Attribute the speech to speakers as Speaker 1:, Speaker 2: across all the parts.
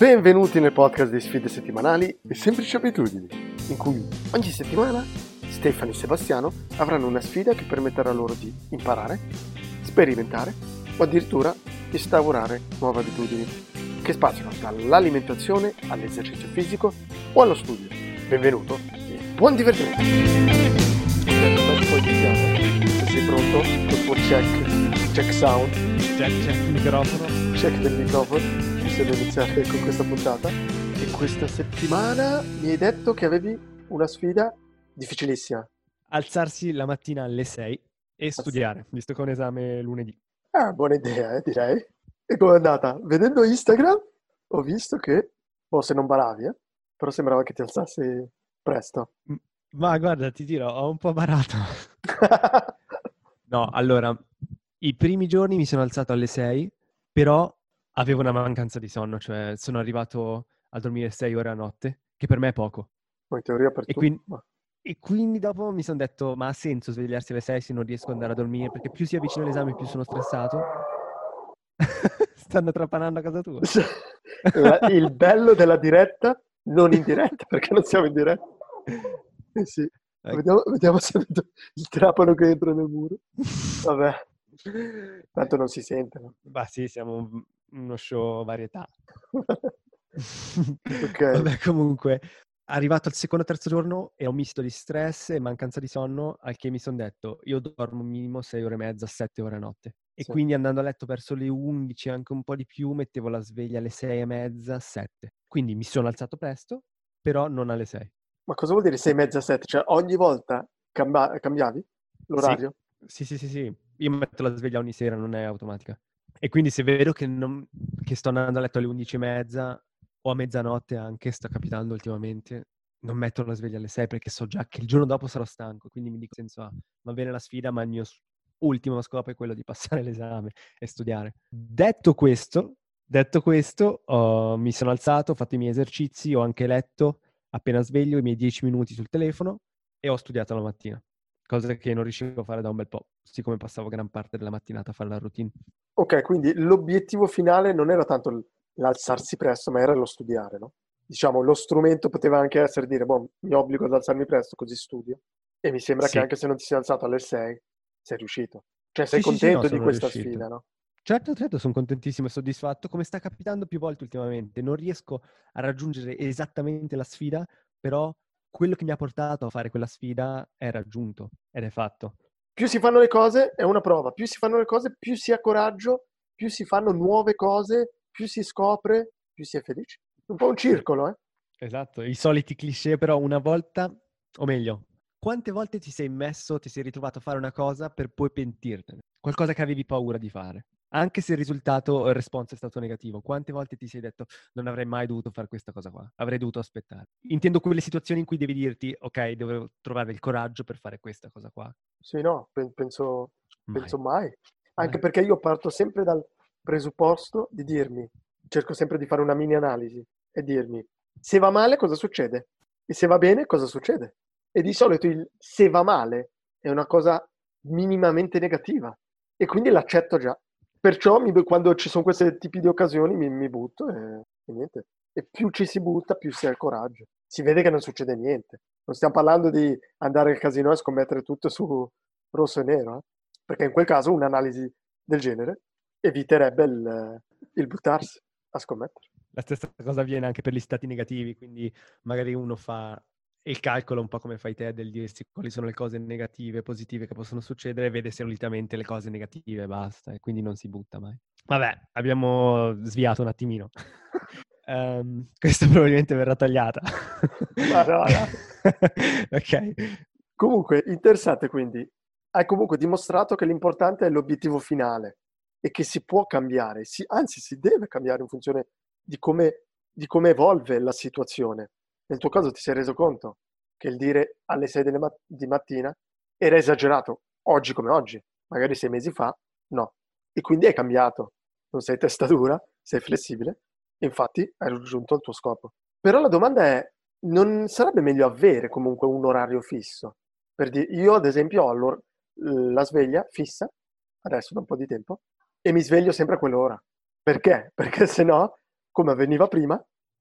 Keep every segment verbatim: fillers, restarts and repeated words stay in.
Speaker 1: Benvenuti nel podcast di sfide settimanali e semplici abitudini, in cui ogni settimana Stefano e Sebastiano avranno una sfida che permetterà loro di imparare, sperimentare o addirittura instaurare nuove abitudini che spaziano dall'alimentazione all'esercizio fisico o allo studio. Benvenuto e buon divertimento! Se sei pronto col tuo check, check sound,
Speaker 2: check, check il microfono,
Speaker 1: check del microfono. Devo iniziare con questa puntata. E questa settimana mi hai detto che avevi una sfida difficilissima.
Speaker 2: Alzarsi la mattina alle sei e studiare, visto che ho un esame lunedì.
Speaker 1: Ah, buona idea, eh, direi. E com'è andata? Vedendo Instagram ho visto che, oh, se non baravi, eh, però sembrava che ti alzassi presto.
Speaker 2: Ma guarda, ti dirò, ho un po' barato. No, allora, i primi giorni mi sono alzato alle sei, però avevo una mancanza di sonno, cioè sono arrivato a dormire sei ore a notte, che per me è poco.
Speaker 1: Ma in teoria per
Speaker 2: E,
Speaker 1: tu...
Speaker 2: quindi,
Speaker 1: ma...
Speaker 2: e quindi dopo mi sono detto, ma ha senso svegliarsi alle sei se non riesco ad andare a dormire? Perché più si avvicina l'esame, più sono stressato. Stanno trapanando a casa tua.
Speaker 1: Il bello della diretta, non in diretta, perché non siamo in diretta. Eh sì. Vediamo, vediamo se vedo il trapano che entra nel muro. Vabbè. Tanto non si sente, no?
Speaker 2: Bah sì, siamo uno show varietà.
Speaker 1: Ok.
Speaker 2: Vabbè, comunque, arrivato al secondo o terzo giorno e ho un misto di stress e mancanza di sonno, al che mi sono detto, io dormo minimo sei ore e mezza, sette ore a notte. E
Speaker 1: Sì.
Speaker 2: quindi andando a letto verso le undici, anche un po' di più, mettevo la sveglia alle sei e mezza, sette. Quindi mi sono alzato presto, però non alle sei.
Speaker 1: Ma cosa vuol dire sei e mezza, sette? Cioè ogni volta camba- cambiavi l'orario?
Speaker 2: Sì, sì, sì, sì. Io metto la sveglia ogni sera, non è automatica. E quindi se vedo che, non, che sto andando a letto alle undici e mezza o a mezzanotte anche, sta capitando ultimamente, non metto la sveglia alle sei perché so già che il giorno dopo sarò stanco. Quindi mi dico, senso, ah, va bene la sfida, ma il mio ultimo scopo è quello di passare l'esame e studiare. Detto questo, detto questo oh, mi sono alzato, ho fatto i miei esercizi, ho anche letto, appena sveglio, i miei dieci minuti sul telefono e ho studiato la mattina. Cosa che non riuscivo a fare da un bel po', siccome passavo gran parte della mattinata a fare la routine.
Speaker 1: Ok, quindi l'obiettivo finale non era tanto l'alzarsi presto, ma era lo studiare, no? Diciamo, lo strumento poteva anche essere dire, boh, mi obbligo ad alzarmi presto, così studio. E mi sembra che
Speaker 2: Sì.
Speaker 1: anche se non ti sei alzato alle sei, sei riuscito. Cioè, sei
Speaker 2: Sì, sì, sì, no,
Speaker 1: contento di
Speaker 2: sono
Speaker 1: questa
Speaker 2: riuscito.
Speaker 1: sfida, no?
Speaker 2: Certo, certo, sono contentissimo e soddisfatto, come sta capitando più volte ultimamente. Non riesco a raggiungere esattamente la sfida, però quello che mi ha portato a fare quella sfida è raggiunto ed è fatto.
Speaker 1: Più si fanno le cose, è una prova, più si fanno le cose, più si ha coraggio, più si fanno nuove cose, più si scopre, più si è felice. Un po' un circolo, eh?
Speaker 2: Esatto, i soliti cliché, però una volta, o meglio, quante volte ti sei messo, ti sei ritrovato a fare una cosa per poi pentirtene? Qualcosa che avevi paura di fare. Anche se il risultato o il responso è stato negativo, quante volte ti sei detto non avrei mai dovuto fare questa cosa qua, avrei dovuto aspettare. Intendo quelle situazioni in cui devi dirti ok, devo trovare il coraggio per fare questa cosa qua.
Speaker 1: Sì, no, pen- penso,
Speaker 2: Mai.
Speaker 1: penso mai. Anche
Speaker 2: Mai.
Speaker 1: perché io parto sempre dal presupposto di dirmi, cerco sempre di fare una mini analisi e dirmi, se va male cosa succede? E se va bene cosa succede? E di solito il se va male è una cosa minimamente negativa e quindi l'accetto già. Perciò mi- quando ci sono questi tipi di occasioni mi, mi butto e, e niente. E più ci si butta, più si ha il coraggio. Si vede che non succede niente. Non stiamo parlando di andare al casino e scommettere tutto su rosso e nero, eh? Perché in quel caso un'analisi del genere eviterebbe il, il buttarsi a scommettere.
Speaker 2: La stessa cosa avviene anche per gli stati negativi, quindi magari uno fa il calcolo un po' come fai te del dirsi quali sono le cose negative e positive che possono succedere e vede solitamente le cose negative e basta, e quindi non si butta mai. Vabbè, abbiamo sviato un attimino. um, questa probabilmente verrà tagliata.
Speaker 1: Ma no, no.
Speaker 2: Ok.
Speaker 1: Comunque, interessante quindi. Hai comunque dimostrato che l'importante è l'obiettivo finale e che si può cambiare, si- anzi si deve cambiare in funzione di come, di come evolve la situazione. Nel tuo caso ti sei reso conto che il dire alle sei delle mat- di mattina era esagerato, oggi come oggi, magari sei mesi fa, no. E quindi hai cambiato. Non sei testa dura, sei flessibile, e infatti hai raggiunto il tuo scopo. Però la domanda è, non sarebbe meglio avere comunque un orario fisso? Per dire, io ad esempio ho l'or- la sveglia fissa, adesso da un po' di tempo, e mi sveglio sempre a quell'ora. Perché? Perché se no, come avveniva prima,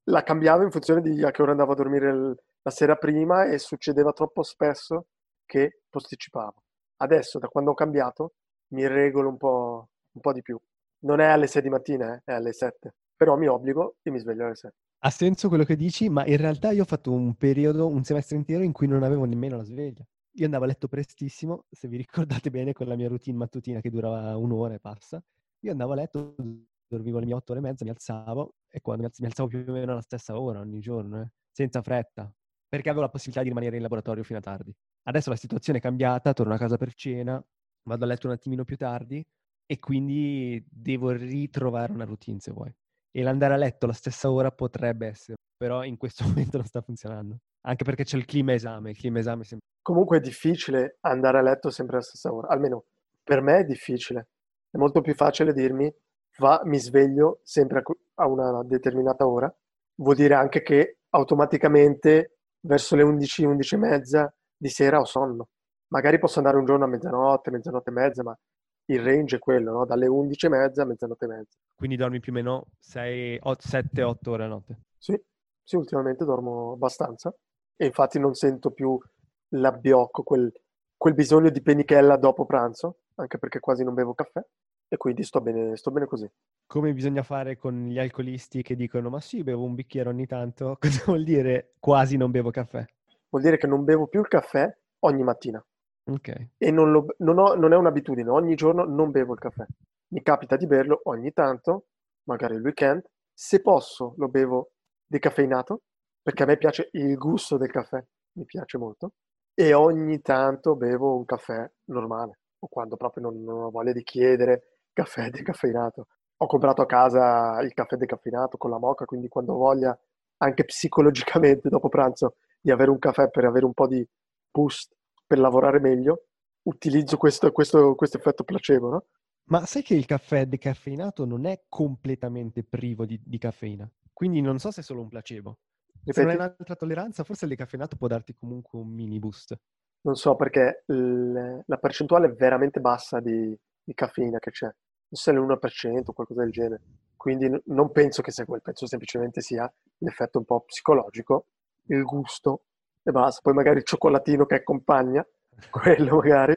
Speaker 1: la cambiavo in funzione di a che ora andavo a dormire l- la sera prima e succedeva troppo spesso che posticipavo. Adesso, da quando ho cambiato, mi regolo un po', un po' di più. Non è alle sei di mattina, eh, è alle sette. Però mi obbligo e mi sveglio alle sette.
Speaker 2: Ha senso quello che dici, ma in realtà io ho fatto un periodo, un semestre intero in cui non avevo nemmeno la sveglia. Io andavo a letto prestissimo, se vi ricordate bene, con la mia routine mattutina che durava un'ora e passa. Io andavo a letto, dormivo le mie otto ore e mezza, mi alzavo e quando mi, alz- mi alzavo più o meno alla stessa ora ogni giorno, eh, senza fretta, perché avevo la possibilità di rimanere in laboratorio fino a tardi. Adesso la situazione è cambiata, torno a casa per cena, vado a letto un attimino più tardi e quindi devo ritrovare una routine se vuoi. E l'andare a letto alla stessa ora potrebbe essere, però in questo momento non sta funzionando. Anche perché c'è il clima esame, il clima esame è sempre...
Speaker 1: Comunque è difficile andare a letto sempre alla stessa ora, almeno per me è difficile. È molto più facile dirmi, va, mi sveglio sempre a, que- a una determinata ora. Vuol dire anche che automaticamente verso le undici, undici e mezza di sera ho sonno. Magari posso andare un giorno a mezzanotte, mezzanotte e mezza, ma il range è quello, no? Dalle undici e mezza a mezzanotte e mezza.
Speaker 2: Quindi dormi più o meno sei, sette otto ore a notte.
Speaker 1: Sì, sì, ultimamente dormo abbastanza e infatti non sento più l'abbiocco, quel, quel bisogno di penichella dopo pranzo, anche perché quasi non bevo caffè e quindi sto bene, sto bene così.
Speaker 2: Come bisogna fare con gli alcolisti che dicono ma sì, bevo un bicchiere ogni tanto? Cosa vuol dire quasi non bevo caffè?
Speaker 1: Vuol dire che non bevo più il caffè ogni mattina
Speaker 2: Ok.
Speaker 1: e non, lo- non ho- non è un'abitudine, ogni giorno non bevo il caffè. Mi capita di berlo ogni tanto, magari il weekend. Se posso lo bevo decaffeinato, perché a me piace il gusto del caffè, mi piace molto. E ogni tanto bevo un caffè normale, o quando proprio non, non ho voglia di chiedere caffè decaffeinato. Ho comprato a casa il caffè decaffeinato con la moka, quindi quando ho voglia, anche psicologicamente dopo pranzo, di avere un caffè per avere un po' di boost per lavorare meglio, utilizzo questo, questo, questo effetto placebo, no?
Speaker 2: Ma sai che il caffè decaffeinato non è completamente privo di, di caffeina? Quindi non so se è solo un placebo. Se non hai
Speaker 1: Ripeti?
Speaker 2: un'altra tolleranza, forse il decaffeinato può darti comunque un mini boost.
Speaker 1: Non so perché il- la percentuale veramente bassa di, di caffeina che c'è, non so se è l'uno per cento o qualcosa del genere. Quindi n- non penso che sia quel, penso semplicemente sia l'effetto un po' psicologico, il gusto e basta. Poi magari il cioccolatino che accompagna, quello magari,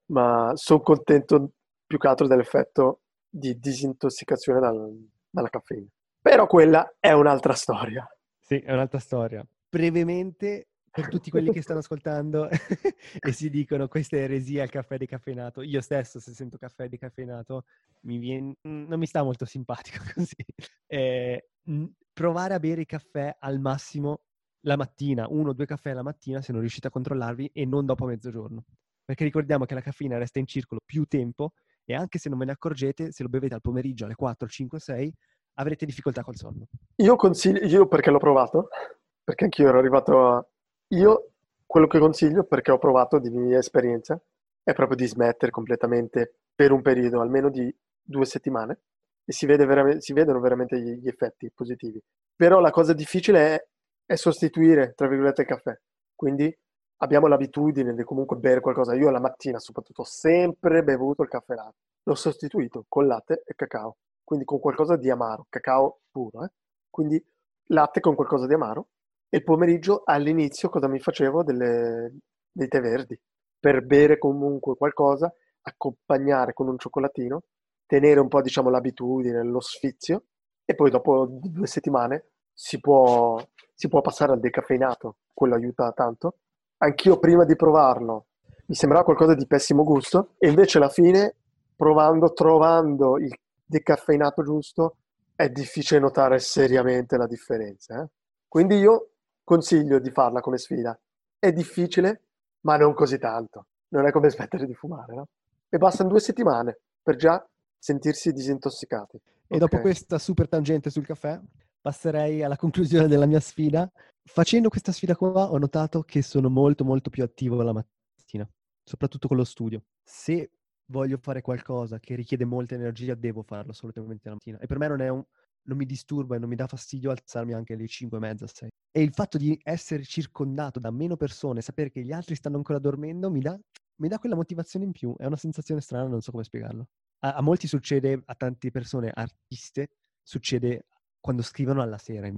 Speaker 1: ma sono contento più che altro dell'effetto di disintossicazione dal- dalla caffeina. Però quella è un'altra storia.
Speaker 2: Sì, è un'altra storia. Brevemente, per tutti quelli che stanno ascoltando e si dicono questa è eresia il caffè decaffeinato, io stesso se sento caffè decaffeinato mi viene, mm, non mi sta molto simpatico così. Eh, mh, provare a bere i caffè al massimo la mattina, uno o due caffè alla mattina se non riuscite a controllarvi e non dopo mezzogiorno. Perché ricordiamo che la caffeina resta in circolo più tempo e anche se non ve ne accorgete, se lo bevete al pomeriggio alle quattro, cinque, sei, avrete difficoltà col sonno.
Speaker 1: Io consiglio, io perché l'ho provato, perché anch'io ero arrivato a... Io quello che consiglio, perché ho provato di mia esperienza, è proprio di smettere completamente per un periodo, almeno di due settimane, e si vede veramente, si vedono veramente gli, gli effetti positivi. Però la cosa difficile è, è sostituire, tra virgolette, il caffè. Quindi abbiamo l'abitudine di comunque bere qualcosa. Io la mattina soprattutto ho sempre bevuto il caffè latte. L'ho sostituito con latte e cacao, quindi con qualcosa di amaro, cacao puro, eh? Quindi latte con qualcosa di amaro. E il pomeriggio all'inizio cosa mi facevo? Delle- dei tè verdi per bere comunque qualcosa, accompagnare con un cioccolatino, tenere un po' diciamo l'abitudine, lo sfizio e poi dopo due settimane si può, si può passare al decaffeinato, quello aiuta tanto. Anch'io prima di provarlo mi sembrava qualcosa di pessimo gusto e invece alla fine provando, trovando il decaffeinato giusto è difficile notare seriamente la differenza. Eh? Quindi io consiglio di farla come sfida. È difficile, ma non così tanto. Non è come smettere di fumare, no? E bastano due settimane per già sentirsi disintossicati.
Speaker 2: E dopo
Speaker 1: Ok.
Speaker 2: questa super tangente sul caffè, passerei alla conclusione della mia sfida. Facendo questa sfida qua ho notato che sono molto molto più attivo la mattina, soprattutto con lo studio. Se voglio fare qualcosa che richiede molta energia, devo farlo assolutamente la mattina. E per me non è un, non mi disturba e non mi dà fastidio alzarmi anche alle cinque e mezza, sei. E il fatto di essere circondato da meno persone, sapere che gli altri stanno ancora dormendo, mi dà, mi dà quella motivazione in più. È una sensazione strana, non so come spiegarlo. A, a molti succede, a tante persone artiste, succede quando scrivono alla sera invece.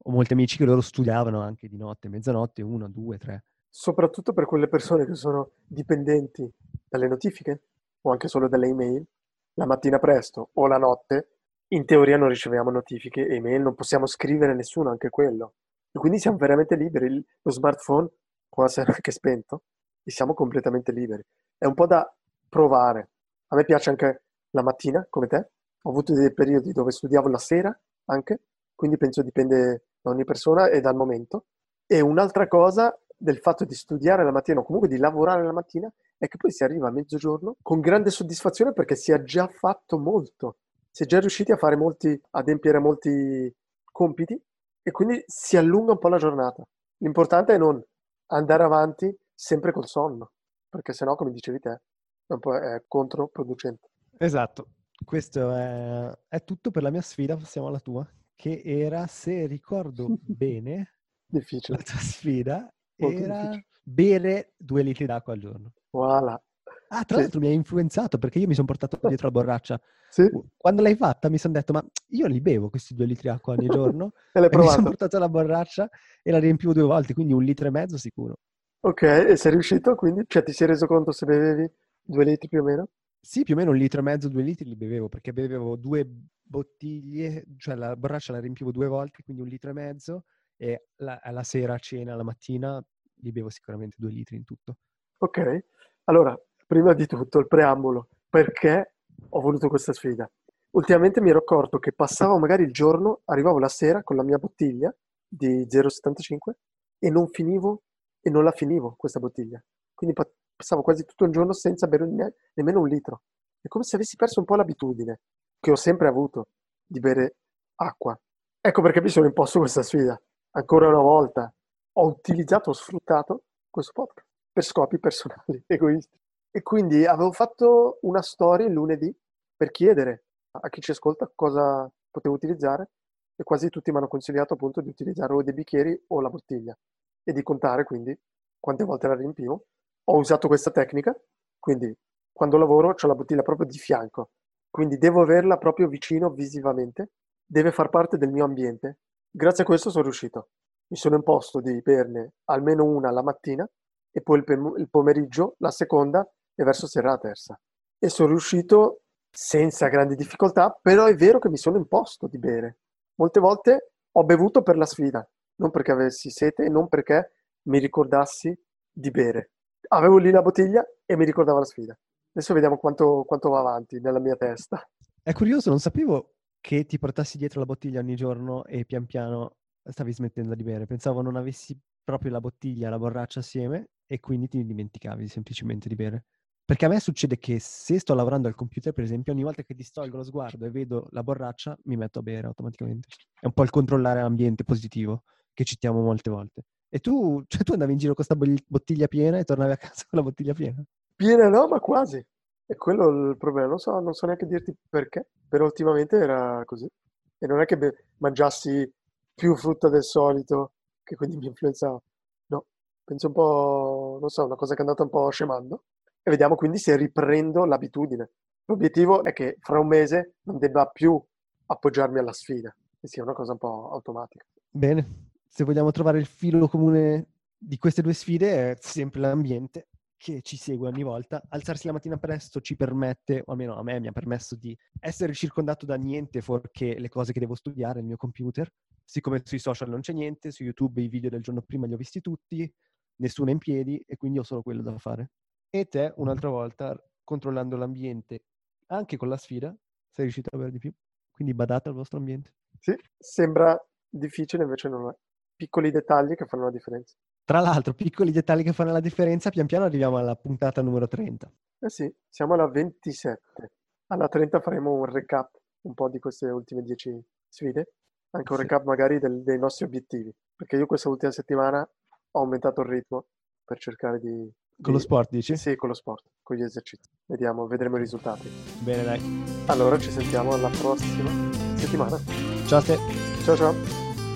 Speaker 2: Ho molti amici che loro studiavano anche di notte, mezzanotte, uno, due, tre.
Speaker 1: Soprattutto per quelle persone che sono dipendenti dalle notifiche o anche solo dalle email, la mattina presto o la notte, in teoria non riceviamo notifiche e email, non possiamo scrivere a nessuno, anche quello. E quindi siamo veramente liberi. Il- Lo smartphone può essere anche spento e siamo completamente liberi. È un po' da provare. A me piace anche la mattina, come te. Ho avuto dei periodi dove studiavo la sera anche, quindi penso dipende da ogni persona e dal momento. E un'altra cosa del fatto di studiare la mattina o comunque di lavorare la mattina è che poi si arriva a mezzogiorno con grande soddisfazione perché si è già fatto molto, si è già riusciti a fare molti, ad adempiere molti compiti e quindi si allunga un po' la giornata. L'importante è non andare avanti sempre col sonno, perché sennò, come dicevi te, è un po' è controproducente.
Speaker 2: Esatto, questo è, è tutto per la mia sfida, passiamo alla tua, che era, se ricordo bene, la
Speaker 1: Difficile,
Speaker 2: tua sfida
Speaker 1: molto
Speaker 2: era
Speaker 1: difficile.
Speaker 2: bere due litri d'acqua al giorno.
Speaker 1: Voilà.
Speaker 2: Ah, tra
Speaker 1: Sì,
Speaker 2: l'altro mi hai influenzato perché io mi sono portato dietro la borraccia.
Speaker 1: sì.
Speaker 2: U- Quando l'hai fatta mi sono detto, ma io li bevo questi due litri d'acqua ogni giorno
Speaker 1: E l'hai
Speaker 2: e mi sono
Speaker 1: provato?
Speaker 2: portato la borraccia e la riempivo due volte, quindi un litro e mezzo sicuro.
Speaker 1: Ok, e sei riuscito quindi? Cioè ti sei reso conto se bevevi due litri più o meno?
Speaker 2: Sì, più o meno un litro e mezzo, due litri li bevevo perché bevevo due bottiglie, cioè la borraccia la riempivo due volte, quindi un litro e mezzo e la- alla sera, a cena, alla mattina li bevo sicuramente due litri in tutto.
Speaker 1: Ok, allora, prima di tutto il preambolo, perché ho voluto questa sfida? Ultimamente mi ero accorto che passavo magari il giorno, arrivavo la sera con la mia bottiglia di zero virgola settantacinque e non finivo e non la finivo questa bottiglia. Quindi pa- passavo quasi tutto il giorno senza bere ne- nemmeno un litro. È come se avessi perso un po' l'abitudine, che ho sempre avuto, di bere acqua. Ecco perché mi sono imposto questa sfida. Ancora una volta ho utilizzato, ho sfruttato questo podcast per scopi personali, egoisti. E quindi avevo fatto una storia il lunedì per chiedere a chi ci ascolta cosa potevo utilizzare e quasi tutti mi hanno consigliato appunto di utilizzare o dei bicchieri o la bottiglia e di contare quindi quante volte la riempivo. Ho usato questa tecnica, quindi quando lavoro ho la bottiglia proprio di fianco, quindi devo averla proprio vicino visivamente, deve far parte del mio ambiente. Grazie a questo sono riuscito. Mi sono imposto di berne almeno una la mattina e poi il, pem- il pomeriggio la seconda e verso sera la terza. E sono riuscito senza grandi difficoltà, però è vero che mi sono imposto di bere. Molte volte ho bevuto per la sfida, non perché avessi sete e non perché mi ricordassi di bere. Avevo lì la bottiglia e mi ricordavo la sfida. Adesso vediamo quanto, quanto va avanti nella mia testa.
Speaker 2: È curioso, non sapevo che ti portassi dietro la bottiglia ogni giorno e pian piano stavi smettendo di bere. Pensavo non avessi proprio la bottiglia e la borraccia assieme e quindi ti dimenticavi semplicemente di bere. Perché a me succede che se sto lavorando al computer, per esempio, ogni volta che distolgo lo sguardo e vedo la borraccia, mi metto a bere automaticamente. È un po' il controllare l'ambiente positivo che citiamo molte volte. E tu, cioè tu andavi in giro con questa bottiglia piena e tornavi a casa con la bottiglia piena?
Speaker 1: Piena no, ma quasi. E quello è il problema. Non so, non so neanche dirti perché, però ultimamente era così. E non è che be- mangiassi più frutta del solito, che quindi mi influenzava. No, penso un po', non so, una cosa che è andata un po' scemando. E vediamo quindi se riprendo l'abitudine. L'obiettivo è che fra un mese non debba più appoggiarmi alla sfida, che sia una cosa un po' automatica.
Speaker 2: Bene, se vogliamo trovare il filo comune di queste due sfide è sempre l'ambiente che ci segue ogni volta. Alzarsi la mattina presto ci permette, o almeno a me mi ha permesso di essere circondato da niente fuorché le cose che devo studiare, il mio computer. Siccome sui social non c'è niente, su YouTube i video del giorno prima li ho visti tutti, nessuno è in piedi e quindi ho solo quello da fare. E te, un'altra volta, controllando l'ambiente, anche con la sfida, sei riuscito a avere di più. Quindi badate al vostro ambiente.
Speaker 1: Sì, sembra difficile, invece non lo è. Piccoli dettagli che fanno la differenza.
Speaker 2: Tra l'altro, piccoli dettagli che fanno la differenza, pian piano arriviamo alla puntata numero trenta.
Speaker 1: Eh sì, siamo alla ventisette. Alla trenta faremo un recap un po' di queste ultime dieci sfide, anche un
Speaker 2: Sì.
Speaker 1: recap magari del- dei nostri obiettivi, perché io questa ultima settimana ho aumentato il ritmo per cercare di,
Speaker 2: Con lo
Speaker 1: di...
Speaker 2: sport, dici?
Speaker 1: Sì, con lo sport, con gli esercizi. Vediamo, vedremo i
Speaker 2: Ok.
Speaker 1: risultati.
Speaker 2: Bene, dai.
Speaker 1: Allora ci sentiamo alla prossima settimana.
Speaker 2: Ciao a te.
Speaker 1: Ciao ciao!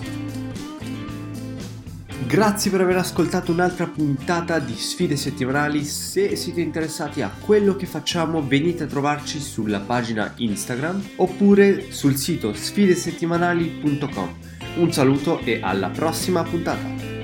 Speaker 3: Grazie per aver ascoltato un'altra puntata di Sfide Settimanali. Se siete interessati a quello che facciamo, venite a trovarci sulla pagina Instagram oppure sul sito sfidesettimanali punto com. Un saluto e alla prossima puntata.